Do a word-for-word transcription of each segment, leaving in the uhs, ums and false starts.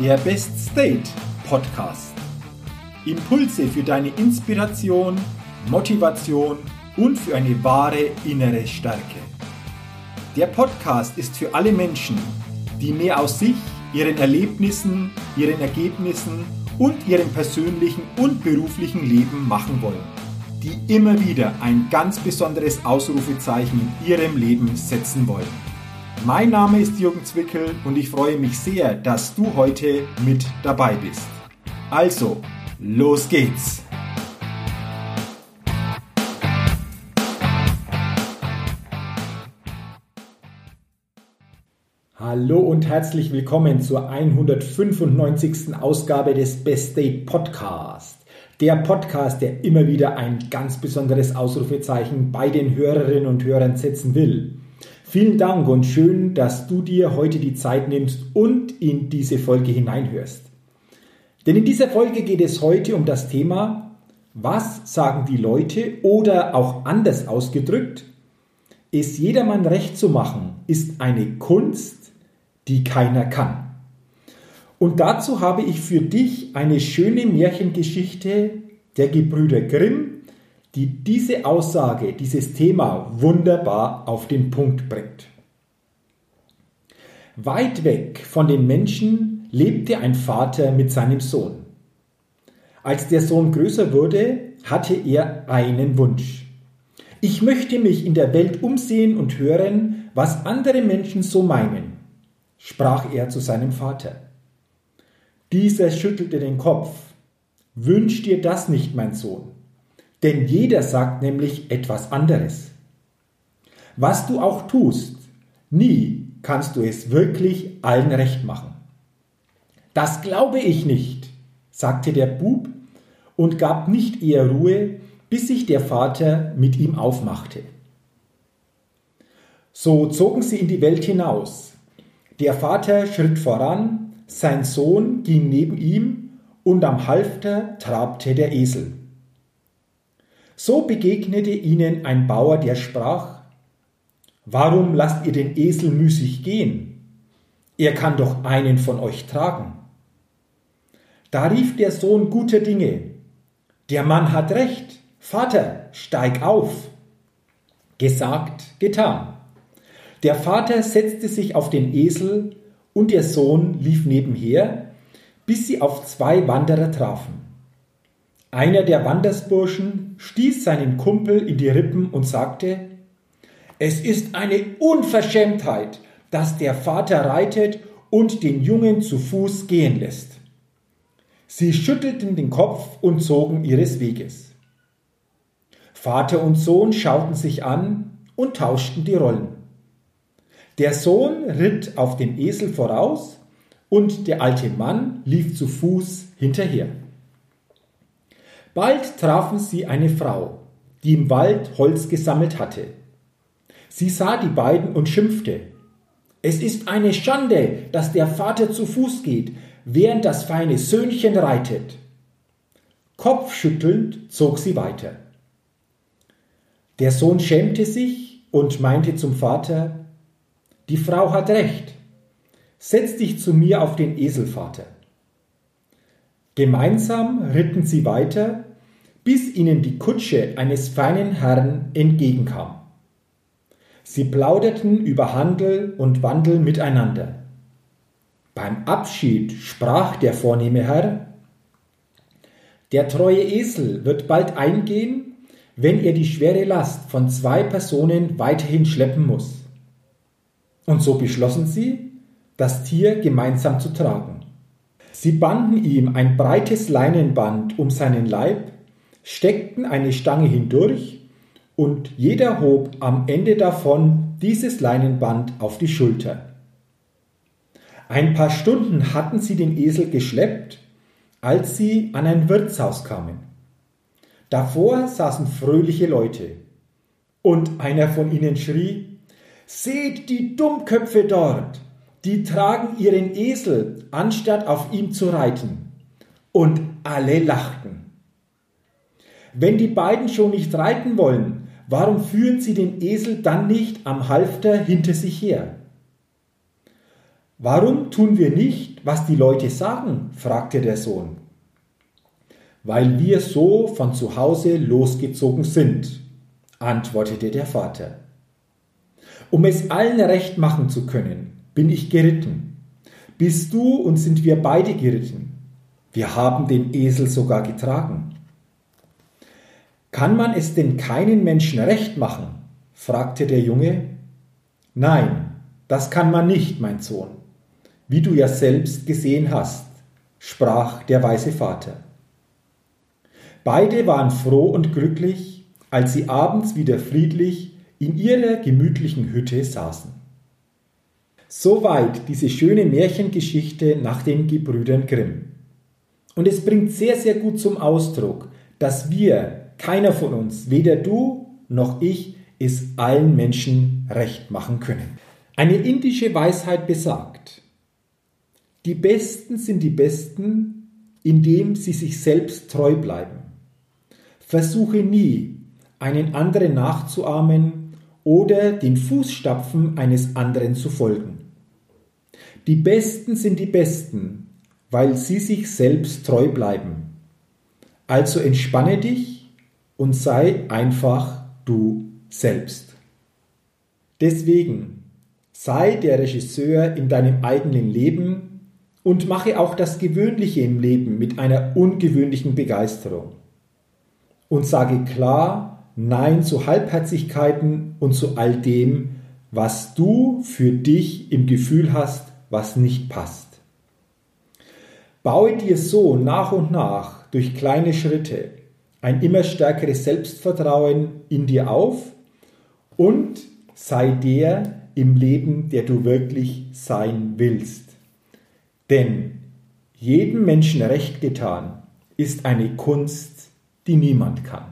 der Best State Podcast. Impulse für deine Inspiration, Motivation und für eine wahre innere Stärke. Der Podcast ist für alle Menschen, die mehr aus sich, ihren Erlebnissen, ihren Ergebnissen und ihrem persönlichen und beruflichen Leben machen wollen, die immer wieder ein ganz besonderes Ausrufezeichen in ihrem Leben setzen wollen. Mein Name ist Jürgen Zwickel und ich freue mich sehr, dass du heute mit dabei bist. Also, los geht's! Hallo und herzlich willkommen zur hundertfünfundneunzigsten Ausgabe des Best State Podcast. Der Podcast, der immer wieder ein ganz besonderes Ausrufezeichen bei den Hörerinnen und Hörern setzen will. Vielen Dank und schön, dass du dir heute die Zeit nimmst und in diese Folge hineinhörst. Denn in dieser Folge geht es heute um das Thema, was sagen die Leute oder auch anders ausgedrückt, es jedermann recht zu machen, ist eine Kunst, die keiner kann. Und dazu habe ich für dich eine schöne Märchengeschichte der Gebrüder Grimm, die diese Aussage, dieses Thema wunderbar auf den Punkt bringt. Weit weg von den Menschen lebte ein Vater mit seinem Sohn. Als der Sohn größer wurde, hatte er einen Wunsch. Ich möchte mich in der Welt umsehen und hören, was andere Menschen so meinen, sprach er zu seinem Vater. Dieser schüttelte den Kopf. Wünsch dir das nicht, mein Sohn. Denn jeder sagt nämlich etwas anderes. Was du auch tust, nie kannst du es wirklich allen recht machen. Das glaube ich nicht, sagte der Bub und gab nicht eher Ruhe, bis sich der Vater mit ihm aufmachte. So zogen sie in die Welt hinaus. Der Vater schritt voran, sein Sohn ging neben ihm und am Halfter trabte der Esel. So begegnete ihnen ein Bauer, der sprach: Warum lasst ihr den Esel müßig gehen? Er kann doch einen von euch tragen. Da rief der Sohn guter Dinge: Der Mann hat recht, Vater, steig auf. Gesagt, getan. Der Vater setzte sich auf den Esel und der Sohn lief nebenher, bis sie auf zwei Wanderer trafen. Einer der Wandersburschen stieß seinen Kumpel in die Rippen und sagte: Es ist eine Unverschämtheit, dass der Vater reitet und den Jungen zu Fuß gehen lässt. Sie schüttelten den Kopf und zogen ihres Weges. Vater und Sohn schauten sich an und tauschten die Rollen. Der Sohn ritt auf dem Esel voraus und der alte Mann lief zu Fuß hinterher. Bald trafen sie eine Frau, die im Wald Holz gesammelt hatte. Sie sah die beiden und schimpfte: Es ist eine Schande, dass der Vater zu Fuß geht, während das feine Söhnchen reitet. Kopfschüttelnd zog sie weiter. Der Sohn schämte sich und meinte zum Vater: Die Frau hat recht. Setz dich zu mir auf den Esel, Vater. Gemeinsam ritten sie weiter, bis ihnen die Kutsche eines feinen Herrn entgegenkam. Sie plauderten über Handel und Wandel miteinander. Beim Abschied sprach der vornehme Herr: Der treue Esel wird bald eingehen, wenn er die schwere Last von zwei Personen weiterhin schleppen muss. Und so beschlossen sie, das Tier gemeinsam zu tragen. Sie banden ihm ein breites Leinenband um seinen Leib, steckten eine Stange hindurch und jeder hob am Ende davon dieses Leinenband auf die Schulter. Ein paar Stunden hatten sie den Esel geschleppt, als sie an ein Wirtshaus kamen. Davor saßen fröhliche Leute und einer von ihnen schrie: Seht die Dummköpfe dort! Die tragen ihren Esel, anstatt auf ihm zu reiten. Und alle lachten. Wenn die beiden schon nicht reiten wollen, warum führen sie den Esel dann nicht am Halfter hinter sich her? Warum tun wir nicht, was die Leute sagen? Fragte der Sohn. Weil wir so von zu Hause losgezogen sind, antwortete der Vater. Um es allen recht machen zu können, bin ich geritten. Bist du und sind wir beide geritten. Wir haben den Esel sogar getragen. Kann man es denn keinen Menschen recht machen? Fragte der Junge. Nein, das kann man nicht, mein Sohn, wie du ja selbst gesehen hast, sprach der weise Vater. Beide waren froh und glücklich, als sie abends wieder friedlich in ihrer gemütlichen Hütte saßen. Soweit diese schöne Märchengeschichte nach den Gebrüdern Grimm. Und es bringt sehr, sehr gut zum Ausdruck, dass wir, keiner von uns, weder du noch ich, es allen Menschen recht machen können. Eine indische Weisheit besagt, die Besten sind die Besten, indem sie sich selbst treu bleiben. Versuche nie, einen anderen nachzuahmen oder den Fußstapfen eines anderen zu folgen. Die Besten sind die Besten, weil sie sich selbst treu bleiben. Also entspanne dich und sei einfach du selbst. Deswegen sei der Regisseur in deinem eigenen Leben und mache auch das Gewöhnliche im Leben mit einer ungewöhnlichen Begeisterung. Und sage klar Nein zu Halbherzigkeiten und zu all dem, was du für dich im Gefühl hast, was nicht passt. Baue dir so nach und nach durch kleine Schritte ein immer stärkeres Selbstvertrauen in dir auf und sei der im Leben, der du wirklich sein willst. Denn jedem Menschen recht getan ist eine Kunst, die niemand kann.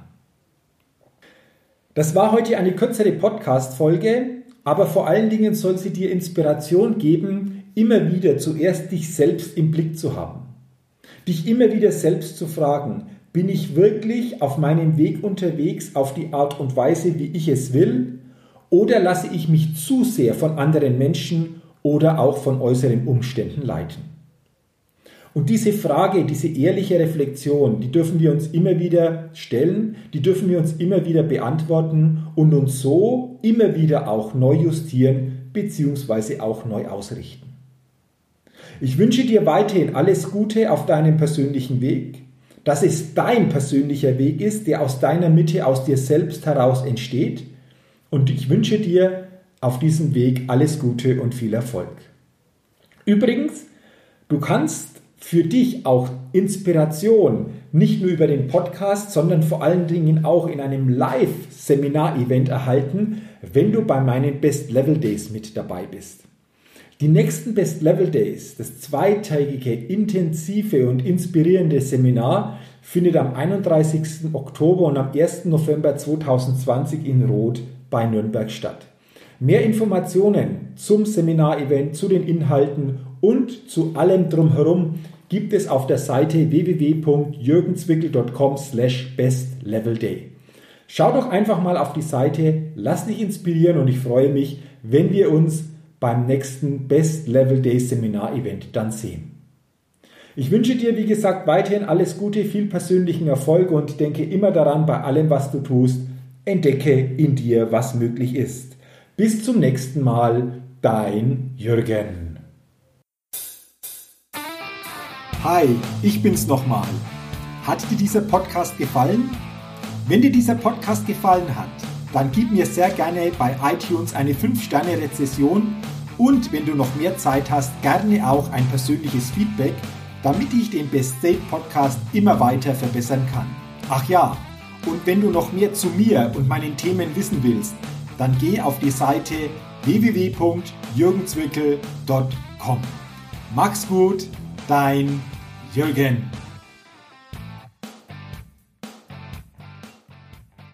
Das war heute eine kürzere Podcast-Folge, aber vor allen Dingen soll sie dir Inspiration geben, immer wieder zuerst dich selbst im Blick zu haben. Dich immer wieder selbst zu fragen, bin ich wirklich auf meinem Weg unterwegs auf die Art und Weise, wie ich es will, oder lasse ich mich zu sehr von anderen Menschen oder auch von äußeren Umständen leiten? Und diese Frage, diese ehrliche Reflexion, die dürfen wir uns immer wieder stellen, die dürfen wir uns immer wieder beantworten und uns so immer wieder auch neu justieren bzw. auch neu ausrichten. Ich wünsche dir weiterhin alles Gute auf deinem persönlichen Weg, dass es dein persönlicher Weg ist, der aus deiner Mitte, aus dir selbst heraus entsteht. Und ich wünsche dir auf diesem Weg alles Gute und viel Erfolg. Übrigens, du kannst für dich auch Inspiration, nicht nur über den Podcast, sondern vor allen Dingen auch in einem Live-Seminar-Event erhalten, wenn du bei meinen Best Level Days mit dabei bist. Die nächsten Best Level Days, das zweitägige, intensive und inspirierende Seminar, findet am einunddreißigsten Oktober und am ersten November zweitausendzwanzig in Roth bei Nürnberg statt. Mehr Informationen zum Seminarevent, zu den Inhalten und zu allem drumherum gibt es auf der Seite w w w punkt jürgenzwickel punkt com slash best level day. Schau doch einfach mal auf die Seite, lass dich inspirieren und ich freue mich, wenn wir uns beim nächsten Best Level Day Seminar-Event dann sehen. Ich wünsche dir, wie gesagt, weiterhin alles Gute, viel persönlichen Erfolg und denke immer daran, bei allem, was du tust, entdecke in dir, was möglich ist. Bis zum nächsten Mal, dein Jürgen. Hi, ich bin's nochmal. Hat dir dieser Podcast gefallen? Wenn dir dieser Podcast gefallen hat, dann gib mir sehr gerne bei iTunes eine fünf Sterne Rezession und wenn du noch mehr Zeit hast, gerne auch ein persönliches Feedback, damit ich den Best State Podcast immer weiter verbessern kann. Ach ja, und wenn du noch mehr zu mir und meinen Themen wissen willst, dann geh auf die Seite w w w punkt jürgenzwickel punkt com. Mach's gut, dein Jürgen.